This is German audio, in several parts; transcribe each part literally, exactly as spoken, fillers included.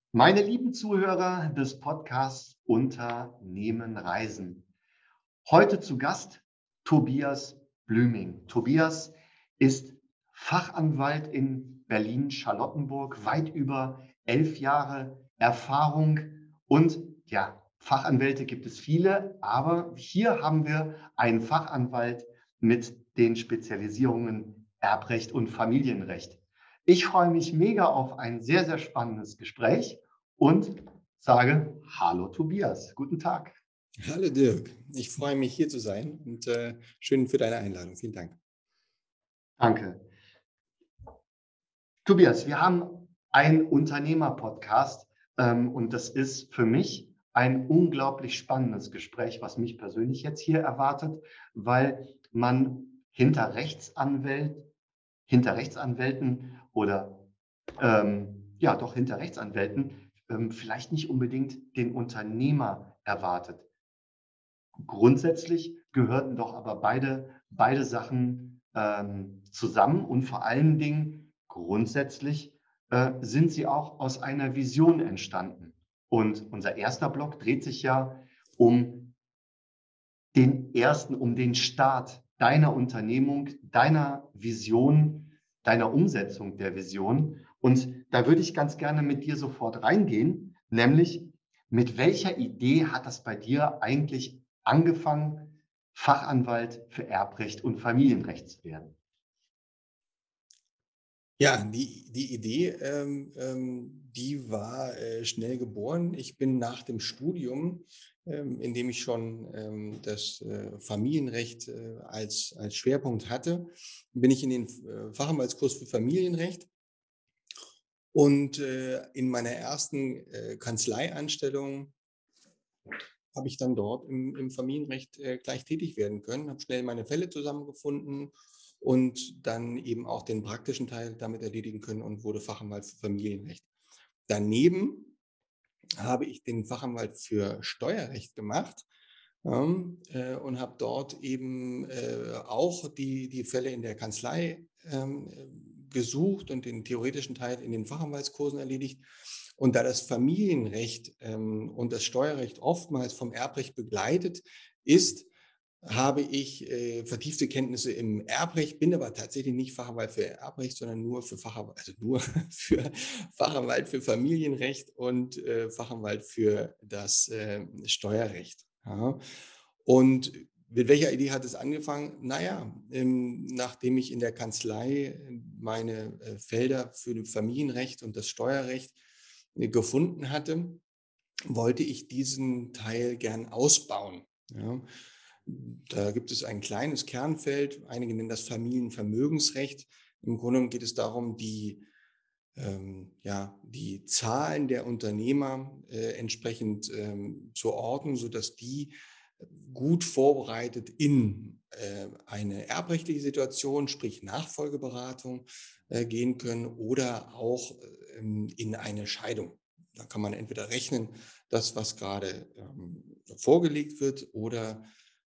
Meine lieben Zuhörer des Podcasts Unternehmen Reisen. Heute zu Gast Tobias Blüming. Tobias ist Fachanwalt in Berlin-Charlottenburg, weit über elf Jahre Erfahrung. Und ja, Fachanwälte gibt es viele, aber hier haben wir einen Fachanwalt mit den Spezialisierungen Erbrecht und Familienrecht. Ich freue mich mega auf ein sehr, sehr spannendes Gespräch und sage Hallo Tobias, guten Tag. Hallo Dirk, ich freue mich hier zu sein und äh, schön für deine Einladung. Vielen Dank. Danke. Tobias, wir haben einen Unternehmer-Podcast ähm, und das ist für mich ein unglaublich spannendes Gespräch, was mich persönlich jetzt hier erwartet, weil man hinter Rechtsanwält, hinter Rechtsanwälten oder ähm, ja doch hinter Rechtsanwälten ähm, vielleicht nicht unbedingt den Unternehmer erwartet. Grundsätzlich gehörten doch aber beide, beide Sachen ähm, zusammen und vor allen Dingen grundsätzlich äh, sind sie auch aus einer Vision entstanden. Und unser erster Block dreht sich ja um den ersten, um den Start deiner Unternehmung, deiner Vision, deiner Umsetzung der Vision. Und da würde ich ganz gerne mit dir sofort reingehen, nämlich mit welcher Idee hat das bei dir eigentlich angefangen, Fachanwalt für Erbrecht und Familienrecht zu werden? Ja, die, die Idee, ähm, ähm, die war äh, schnell geboren. Ich bin nach dem Studium, ähm, in dem ich schon ähm, das äh, Familienrecht äh, als, als Schwerpunkt hatte, bin ich in den äh, Fachanwaltskurs für Familienrecht. Und äh, in meiner ersten äh, Kanzleianstellung habe ich dann dort im, im Familienrecht äh, gleich tätig werden können, habe schnell meine Fälle zusammengefunden und dann eben auch den praktischen Teil damit erledigen können und wurde Fachanwalt für Familienrecht. Daneben habe ich den Fachanwalt für Steuerrecht gemacht ähm, äh, und habe dort eben äh, auch die, die Fälle in der Kanzlei ähm, gesucht und den theoretischen Teil in den Fachanwaltskursen erledigt. Und da das Familienrecht ähm, und das Steuerrecht oftmals vom Erbrecht begleitet ist, habe ich äh, vertiefte Kenntnisse im Erbrecht, bin aber tatsächlich nicht Fachanwalt für Erbrecht, sondern nur für Fachanwalt, also nur für Fachanwalt für Familienrecht und äh, Fachanwalt für das äh, Steuerrecht. Ja. Und mit welcher Idee hat es angefangen? Naja, ähm, nachdem ich in der Kanzlei meine äh, Felder für das Familienrecht und das Steuerrecht äh, gefunden hatte, wollte ich diesen Teil gern ausbauen. Ja. Da gibt es ein kleines Kernfeld, einige nennen das Familienvermögensrecht. Im Grunde genommen geht es darum, die, ähm, ja, die Zahlen der Unternehmer äh, entsprechend ähm, zu ordnen, sodass die gut vorbereitet in äh, eine erbrechtliche Situation, sprich Nachfolgeberatung, äh, gehen können oder auch ähm, in eine Scheidung. Da kann man entweder rechnen, das, was gerade ähm, vorgelegt wird, oder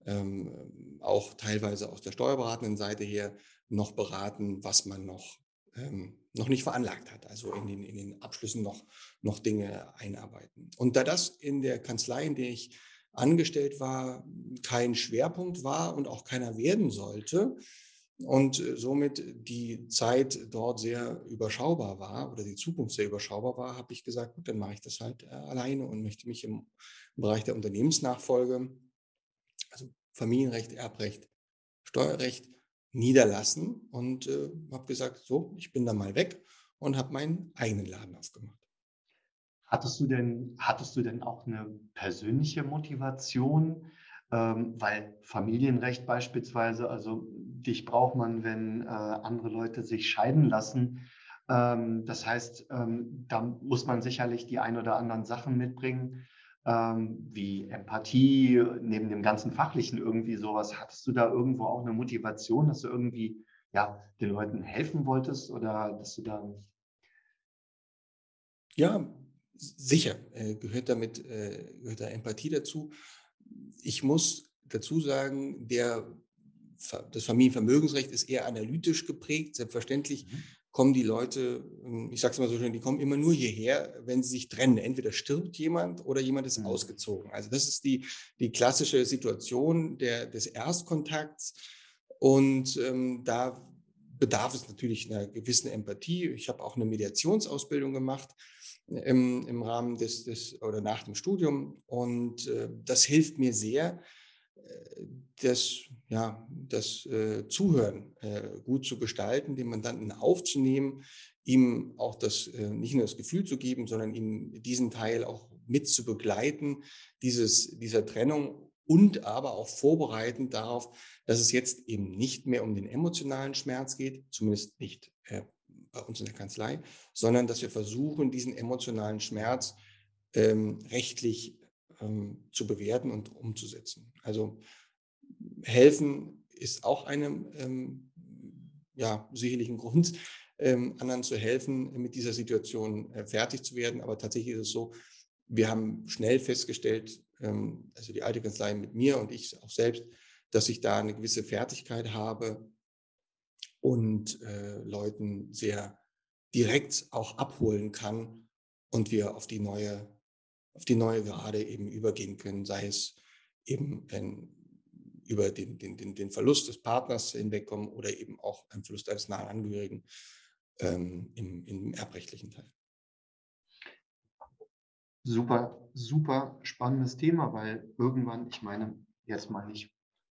ähm, auch teilweise aus der steuerberatenden Seite her noch beraten, was man noch, ähm, noch nicht veranlagt hat, also in den, in den Abschlüssen noch, noch Dinge einarbeiten. Und da das in der Kanzlei, in der ich angestellt war, kein Schwerpunkt war und auch keiner werden sollte, und somit die Zeit dort sehr überschaubar war oder die Zukunft sehr überschaubar war, habe ich gesagt, gut, dann mache ich das halt äh, alleine und möchte mich im, im Bereich der Unternehmensnachfolge, also Familienrecht, Erbrecht, Steuerrecht, niederlassen und äh, habe gesagt, so, ich bin da mal weg und habe meinen eigenen Laden aufgemacht. Hattest du denn, hattest du denn auch eine persönliche Motivation? Ähm, weil Familienrecht beispielsweise, also dich braucht man, wenn äh, andere Leute sich scheiden lassen. Ähm, das heißt, ähm, da muss man sicherlich die ein oder anderen Sachen mitbringen, ähm, wie Empathie, neben dem ganzen Fachlichen irgendwie sowas. Hattest du da irgendwo auch eine Motivation, dass du irgendwie ja, den Leuten helfen wolltest oder dass du da Ja, sicher äh, gehört damit äh, gehört da Empathie dazu. Ich muss dazu sagen, der, das Familienvermögensrecht ist eher analytisch geprägt. Selbstverständlich Mhm. kommen die Leute, ähm, ich sage es mal so schön, die kommen immer nur hierher, wenn sie sich trennen. Entweder stirbt jemand oder jemand ist Mhm. ausgezogen. Also das ist die, die klassische Situation der, des Erstkontakts. Und ähm, da bedarf es natürlich einer gewissen Empathie. Ich habe auch eine Mediationsausbildung gemacht im, im Rahmen des, des oder nach dem Studium. Und äh, das hilft mir sehr, äh, das, ja, das äh, Zuhören äh, gut zu gestalten, den Mandanten aufzunehmen, ihm auch das, äh, nicht nur das Gefühl zu geben, sondern ihm diesen Teil auch mit zu begleiten, dieses, dieser Trennung und aber auch vorbereitend darauf, dass es jetzt eben nicht mehr um den emotionalen Schmerz geht, zumindest nicht äh, bei uns in der Kanzlei, sondern dass wir versuchen, diesen emotionalen Schmerz ähm, rechtlich ähm, zu bewerten und umzusetzen. Also helfen ist auch einem ähm, ja, sicherlich ein Grund, ähm, anderen zu helfen, mit dieser Situation äh, fertig zu werden. Aber tatsächlich ist es so, wir haben schnell festgestellt, ähm, also die alte Kanzlei mit mir und ich auch selbst, dass ich da eine gewisse Fertigkeit habe und äh, Leuten sehr direkt auch abholen kann und wir auf die neue, auf die neue Gerade eben übergehen können, sei es eben ein, über den, den, den, den Verlust des Partners hinwegkommen oder eben auch ein Verlust eines nahen Angehörigen ähm, im, im erbrechtlichen Teil. Super, super spannendes Thema, weil irgendwann, ich meine, jetzt mal nicht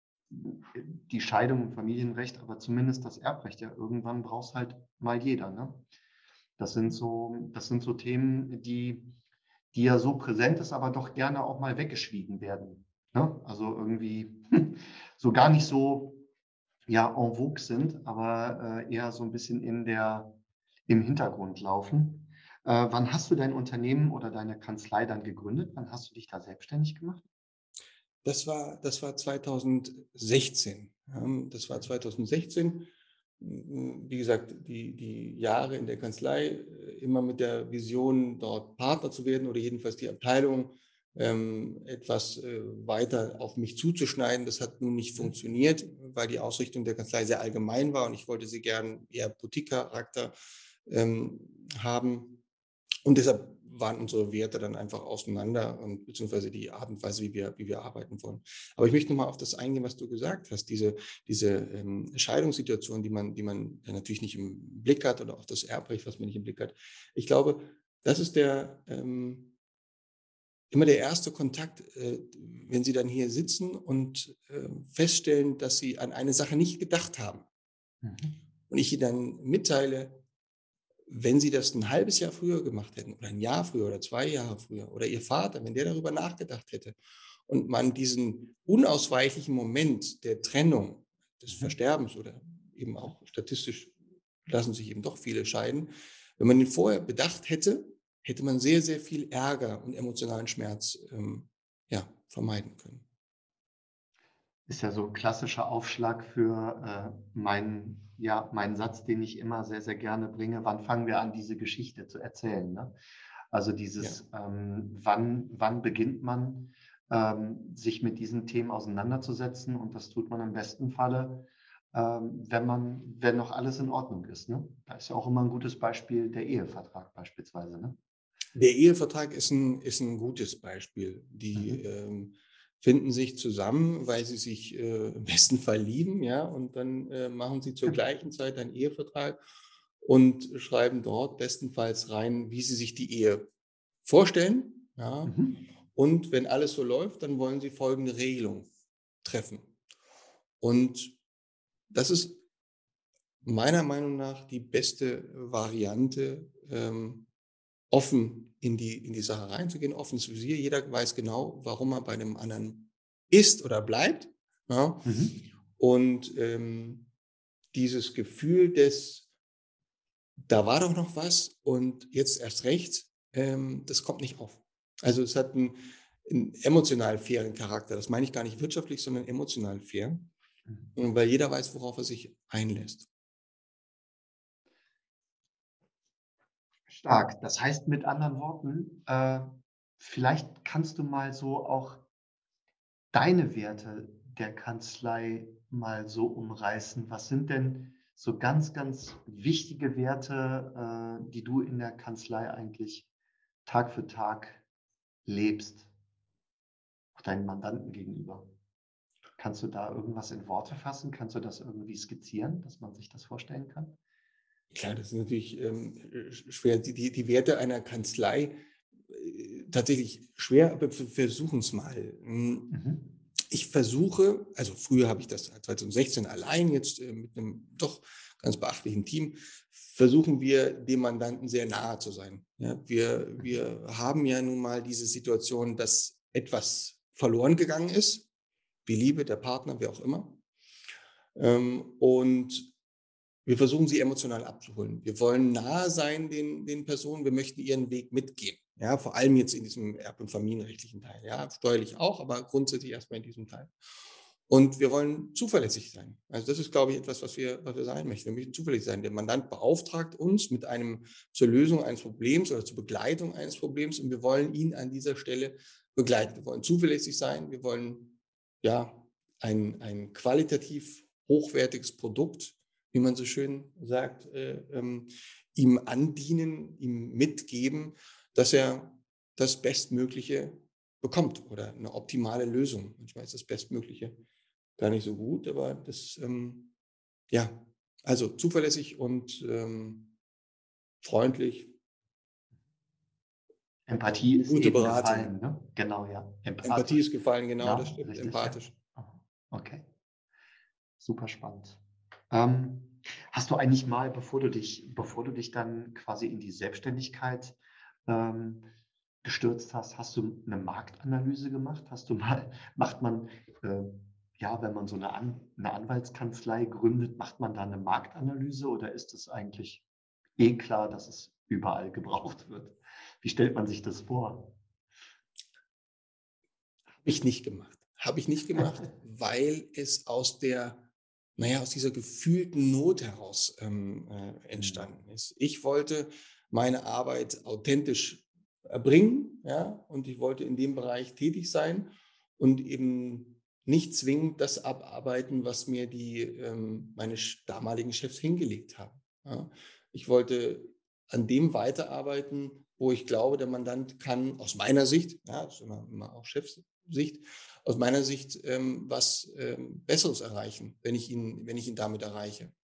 die Scheidung im Familienrecht, aber zumindest das Erbrecht, ja, irgendwann braucht es halt mal jeder, ne? Das sind so, das sind so Themen, die, die ja so präsent ist, aber doch gerne auch mal weggeschwiegen werden. Ne? Also irgendwie so gar nicht so ja, en vogue sind, aber äh, eher so ein bisschen in der, im Hintergrund laufen. Äh, wann hast du dein Unternehmen oder deine Kanzlei dann gegründet? Wann hast du dich da selbstständig gemacht? Das war, das war zweitausendsechzehn. Ähm, Das war zweitausendsechzehn. Mm, Wie gesagt, die, die Jahre in der Kanzlei äh, immer mit der Vision, dort Partner zu werden oder jedenfalls die Abteilung ähm, etwas äh, weiter auf mich zuzuschneiden. Das hat nun nicht funktioniert, weil die Ausrichtung der Kanzlei sehr allgemein war und ich wollte sie gern eher Boutique-Charakter ähm, haben. Und deshalb waren unsere Werte dann einfach auseinander und beziehungsweise die Art und Weise, wie wir, wie wir arbeiten wollen. Aber ich möchte nochmal auf das eingehen, was du gesagt hast, diese, diese ähm, Scheidungssituation, die man, die man ja natürlich nicht im Blick hat oder auch das Erbrecht, was man nicht im Blick hat. Ich glaube, das ist der, ähm, immer der erste Kontakt, äh, wenn Sie dann hier sitzen und äh, feststellen, dass Sie an eine Sache nicht gedacht haben. Mhm. Und ich Ihnen dann mitteile, wenn Sie das ein halbes Jahr früher gemacht hätten oder ein Jahr früher oder zwei Jahre früher oder Ihr Vater, wenn der darüber nachgedacht hätte und man diesen unausweichlichen Moment der Trennung, des Mhm. Versterbens oder eben auch statistisch lassen sich eben doch viele scheiden, wenn man ihn vorher bedacht hätte, hätte man sehr, sehr viel Ärger und emotionalen Schmerz ähm, ja, vermeiden können. Ist ja so ein klassischer Aufschlag für äh, meinen, ja, meinen Satz, den ich immer sehr, sehr gerne bringe. Wann fangen wir an, diese Geschichte zu erzählen? Ne? Also Ja. dieses, ähm, wann, wann beginnt man, ähm, sich mit diesen Themen auseinanderzusetzen? Und das tut man im besten Falle, ähm, wenn man, wenn noch alles in Ordnung ist. Ne? Da ist ja auch immer ein gutes Beispiel der Ehevertrag beispielsweise. Ne? Der Ehevertrag ist ein, ist ein gutes Beispiel. Die Mhm. ähm, finden sich zusammen, weil sie sich äh, im besten Fall lieben, ja, und dann äh, machen sie zur Genau. gleichen Zeit einen Ehevertrag und schreiben dort bestenfalls rein, wie sie sich die Ehe vorstellen, ja. Mhm. Und wenn alles so läuft, dann wollen sie folgende Regelung treffen. Und das ist meiner Meinung nach die beste Variante, ähm, offen in die, in die Sache reinzugehen, offenes Visier. Jeder weiß genau, warum er bei dem anderen ist oder bleibt. Ja? Mhm. Und ähm, dieses Gefühl des, da war doch noch was und jetzt erst recht, ähm, das kommt nicht auf. Also es hat einen, einen emotional fairen Charakter. Das meine ich gar nicht wirtschaftlich, sondern emotional fair, Mhm. weil jeder weiß, worauf er sich einlässt. Stark. Das heißt mit anderen Worten, äh, vielleicht kannst du mal so auch deine Werte der Kanzlei mal so umreißen. Was sind denn so ganz, ganz wichtige Werte, äh, die du in der Kanzlei eigentlich Tag für Tag lebst, auch deinen Mandanten gegenüber? Kannst du da irgendwas in Worte fassen? Kannst du das irgendwie skizzieren, dass man sich das vorstellen kann? Klar, das ist natürlich ähm, schwer. Die, die, die Werte einer Kanzlei äh, tatsächlich schwer, aber wir versuchen es mal. Mhm. Ich versuche, also früher habe ich das zwanzig sechzehn allein, jetzt äh, mit einem doch ganz beachtlichen Team, versuchen wir dem Mandanten sehr nahe zu sein. Ja, wir, wir haben ja nun mal diese Situation, dass etwas verloren gegangen ist, die Liebe, der Partner, wer auch immer. Ähm, und wir versuchen sie emotional abzuholen. Wir wollen nahe sein den, den Personen, wir möchten ihren Weg mitgehen. Ja, vor allem jetzt in diesem erb- und familienrechtlichen Teil. Ja, steuerlich auch, aber grundsätzlich erstmal in diesem Teil. Und wir wollen zuverlässig sein. Also das ist, glaube ich, etwas, was wir, was wir sein möchten. Wir möchten zuverlässig sein. Der Mandant beauftragt uns mit einem zur Lösung eines Problems oder zur Begleitung eines Problems und wir wollen ihn an dieser Stelle begleiten. Wir wollen zuverlässig sein. Wir wollen ja ein, ein qualitativ hochwertiges Produkt, wie man so schön sagt, äh, ähm, ihm andienen, ihm mitgeben, dass er das Bestmögliche bekommt oder eine optimale Lösung. Manchmal ist das Bestmögliche gar nicht so gut, aber das, ähm, ja, also zuverlässig und ähm, freundlich, Empathie ist gute eben Beratung. gefallen, ne? Genau, ja. Empathie ist Empathisch. gefallen, genau, das Ja, stimmt, richtig, ja. empathisch. Okay, super spannend. Ähm, hast du eigentlich mal, bevor du dich, bevor du dich dann quasi in die Selbstständigkeit ähm, gestürzt hast, hast du eine Marktanalyse gemacht? Hast du mal, macht man, äh, ja, wenn man so eine, An eine Anwaltskanzlei gründet, macht man da eine Marktanalyse oder ist es eigentlich eh klar, dass es überall gebraucht wird? Wie stellt man sich das vor? Habe ich nicht gemacht. Habe ich nicht gemacht, weil es aus der, naja, aus dieser gefühlten Not heraus ähm, äh, entstanden ist. Ich wollte meine Arbeit authentisch erbringen, ja, und ich wollte in dem Bereich tätig sein und eben nicht zwingend das abarbeiten, was mir die ähm, meine damaligen Chefs hingelegt haben. Ja. Ich wollte an dem weiterarbeiten, wo ich glaube, der Mandant kann aus meiner Sicht, ja, das ist immer, immer auch Chefsicht, aus meiner Sicht ähm, was ähm, Besseres erreichen, wenn ich ihn, wenn ich ihn damit erreiche.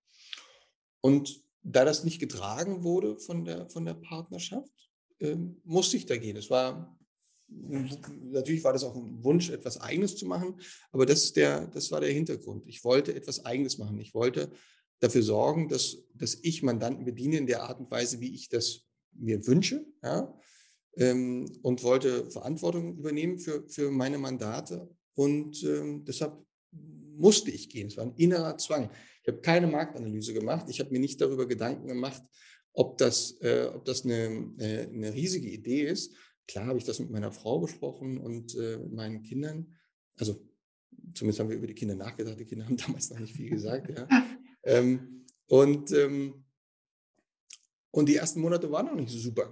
Und da das nicht getragen wurde von der, von der Partnerschaft, ähm, musste ich da gehen. Es war, natürlich war das auch ein Wunsch, etwas Eigenes zu machen, aber das, ist der, das war der Hintergrund. Ich wollte etwas Eigenes machen. Ich wollte dafür sorgen, dass, dass ich Mandanten bediene in der Art und Weise, wie ich das mir wünsche, ja, ähm, und wollte Verantwortung übernehmen für, für meine Mandate. Und ähm, deshalb musste ich gehen. Es war ein innerer Zwang. Ich habe keine Marktanalyse gemacht. Ich habe mir nicht darüber Gedanken gemacht, ob das, äh, ob das eine, äh, eine riesige Idee ist. Klar habe ich das mit meiner Frau besprochen und äh, mit meinen Kindern. Also zumindest haben wir über die Kinder nachgedacht. Die Kinder haben damals noch nicht viel gesagt. Ja. Ähm, und, ähm, und die ersten Monate waren noch nicht so super.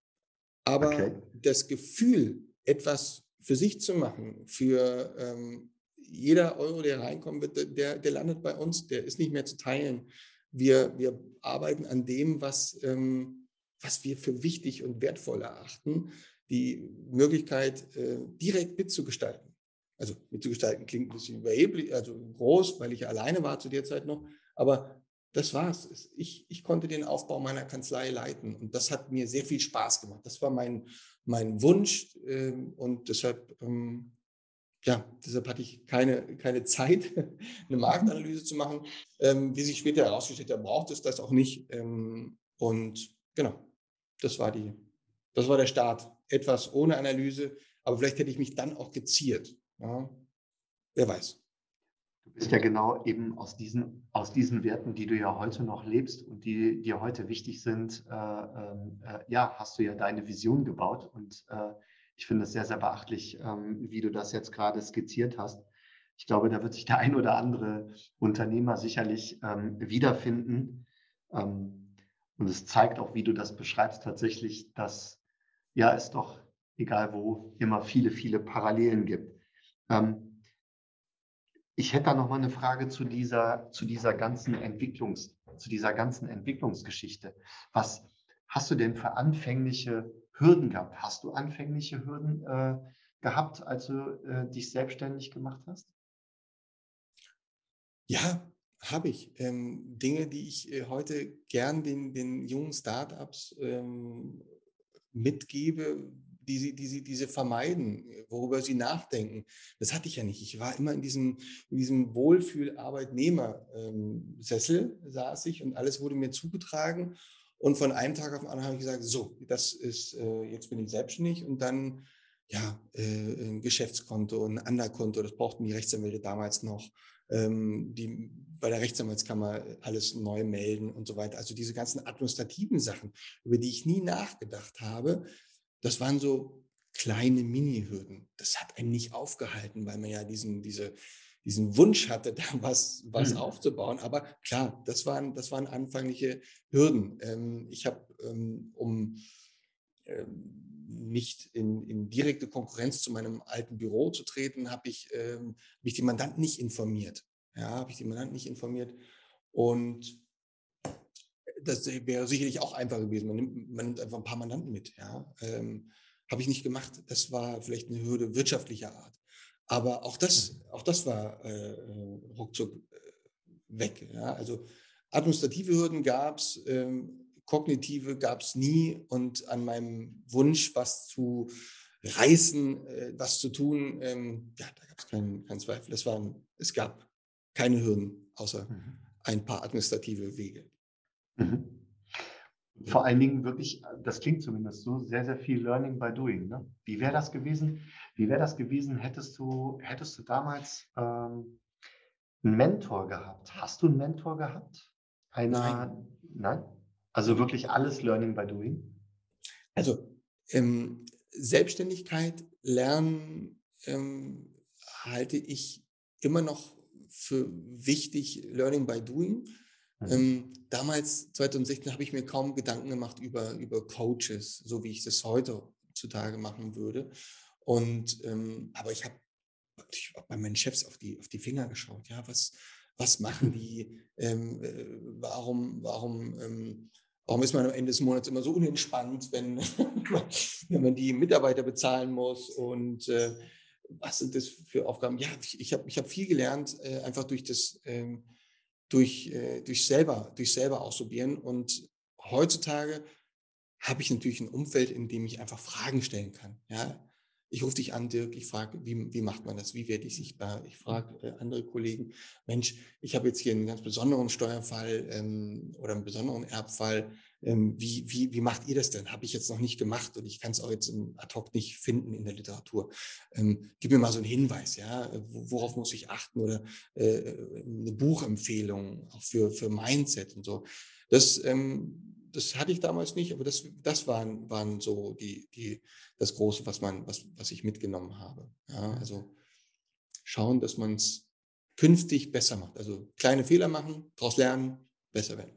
Okay. Aber das Gefühl, etwas für sich zu machen, für ähm, jeder Euro, der reinkommen wird, der, der landet bei uns, der ist nicht mehr zu teilen. Wir, wir arbeiten an dem, was, ähm, was wir für wichtig und wertvoll erachten, die Möglichkeit, äh, direkt mitzugestalten. Also mitzugestalten klingt ein bisschen überheblich, also groß, weil ich alleine war zu der Zeit noch, aber das war's. Ich, ich konnte den Aufbau meiner Kanzlei leiten und das hat mir sehr viel Spaß gemacht. Das war mein, mein Wunsch ähm, und deshalb, ähm, ja, deshalb hatte ich keine, keine Zeit, eine Marktanalyse zu machen. Ähm, wie sich später herausgestellt hat, braucht es das auch nicht. Ähm, und genau, das war, die, das war der Start. Etwas ohne Analyse, aber vielleicht hätte ich mich dann auch geziert. Ja, wer weiß. Du bist ja genau eben aus diesen, aus diesen Werten, die du ja heute noch lebst und die dir heute wichtig sind, äh, äh, ja, hast du ja deine Vision gebaut. Und äh, ich finde es sehr, sehr beachtlich, ähm, wie du das jetzt gerade skizziert hast. Ich glaube, da wird sich der ein oder andere Unternehmer sicherlich ähm, wiederfinden. Ähm, und es zeigt auch, wie du das beschreibst, tatsächlich, dass ja, es doch, egal wo, immer viele, viele Parallelen gibt. Ich hätte da noch mal eine Frage zu dieser, zu dieser ganzen Entwicklungs, zu dieser ganzen Entwicklungsgeschichte. Was hast du denn für anfängliche Hürden gehabt? Hast du anfängliche Hürden äh, gehabt, als du äh, dich selbstständig gemacht hast? Ja, habe ich. Ähm, Dinge, die ich äh, heute gern den, den jungen Startups ähm, mitgebe, die sie, die sie, die sie vermeiden, worüber sie nachdenken. Das hatte ich ja nicht. Ich war immer in diesem, in diesem Wohlfühl-Arbeitnehmer-Sessel, saß ich und alles wurde mir zugetragen. Und von einem Tag auf den anderen habe ich gesagt, so, das ist, äh, jetzt bin ich selbstständig und dann, ja, äh, ein Geschäftskonto, ein Anderkonto, das brauchten die Rechtsanwälte damals noch, ähm, die bei der Rechtsanwaltskammer alles neu melden und so weiter. Also diese ganzen administrativen Sachen, über die ich nie nachgedacht habe, das waren so kleine Mini-Hürden. Das hat einen nicht aufgehalten, weil man ja diesen, diese, diesen Wunsch hatte, da was, was Mhm. aufzubauen. Aber klar, das waren, das waren anfängliche Hürden. Ähm, ich habe, ähm, um ähm, nicht in, in direkte Konkurrenz zu meinem alten Büro zu treten, habe ich, ähm, hab ich die Mandanten nicht informiert. Ja, habe ich die Mandanten nicht informiert. Und das wäre sicherlich auch einfach gewesen. Man nimmt, man nimmt einfach ein paar Mandanten mit. Ja? Ähm, habe ich nicht gemacht. Das war vielleicht eine Hürde wirtschaftlicher Art. Aber auch das, auch das war äh, ruckzuck äh, weg. Ja? Also administrative Hürden gab es, ähm, kognitive gab es nie. Und an meinem Wunsch, was zu reißen, äh, was zu tun, ähm, ja, da gab es keinen, keinen Zweifel. Es, waren, es gab keine Hürden, außer Mhm. ein paar administrative Wege. Mhm. Vor allen Dingen wirklich, das klingt zumindest so, sehr, sehr viel Learning by Doing. Ne? Wie wäre das gewesen? Wie wäre das gewesen, hättest du, hättest du damals ähm, einen Mentor gehabt? Hast du einen Mentor gehabt? Nein, Einer, nein? Also habe ich nicht. wirklich alles Learning by Doing? Also ähm, Selbstständigkeit, Lernen ähm, halte ich immer noch für wichtig, Learning by Doing. Mhm. Ähm, damals, zwanzig sechzehn, habe ich mir kaum Gedanken gemacht über, über Coaches, so wie ich das heute heutzutage machen würde. Und ähm, aber ich habe ich hab bei meinen Chefs auf die, auf die Finger geschaut. Ja, was, was machen die? Ähm, äh, warum, warum, ähm, warum ist man am Ende des Monats immer so unentspannt, wenn, wenn man die Mitarbeiter bezahlen muss? Und äh, was sind das für Aufgaben? Ja, ich, ich habe ich hab viel gelernt, äh, einfach durch das, ähm, durch, äh, durch selber, durch selber ausprobieren. Und heutzutage habe ich natürlich ein Umfeld, in dem ich einfach Fragen stellen kann. Ja, ich rufe dich an, Dirk, ich frage, wie, wie macht man das? Wie werde ich sichtbar? Ich frage äh, andere Kollegen, Mensch, ich habe jetzt hier einen ganz besonderen Steuerfall ähm, oder einen besonderen Erbfall. Ähm, wie, wie, wie macht ihr das denn? Habe ich jetzt noch nicht gemacht und ich kann es auch jetzt im ad hoc nicht finden in der Literatur. Ähm, gib mir mal so einen Hinweis, ja, worauf muss ich achten oder äh, eine Buchempfehlung auch für, für Mindset und so. Das, ähm, das hatte ich damals nicht, aber das, das waren, waren so die, die, das Große, was man, was, was ich mitgenommen habe. Ja, also schauen, dass man es künftig besser macht. Also kleine Fehler machen, daraus lernen, besser werden.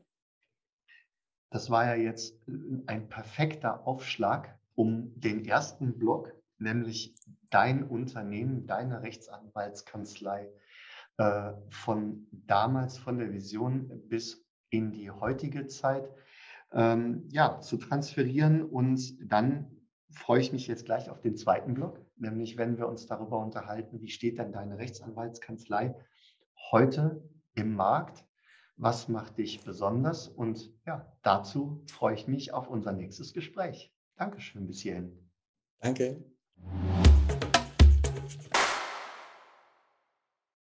Das war ja jetzt ein perfekter Aufschlag, um den ersten Block, nämlich dein Unternehmen, deine Rechtsanwaltskanzlei, äh, von damals, von der Vision bis in die heutige Zeit, ähm, ja, zu transferieren. Und dann freue ich mich jetzt gleich auf den zweiten Block, nämlich wenn wir uns darüber unterhalten, wie steht denn deine Rechtsanwaltskanzlei heute im Markt? Was macht dich besonders? Und ja, dazu freue ich mich auf unser nächstes Gespräch. Dankeschön bis hierhin. Danke.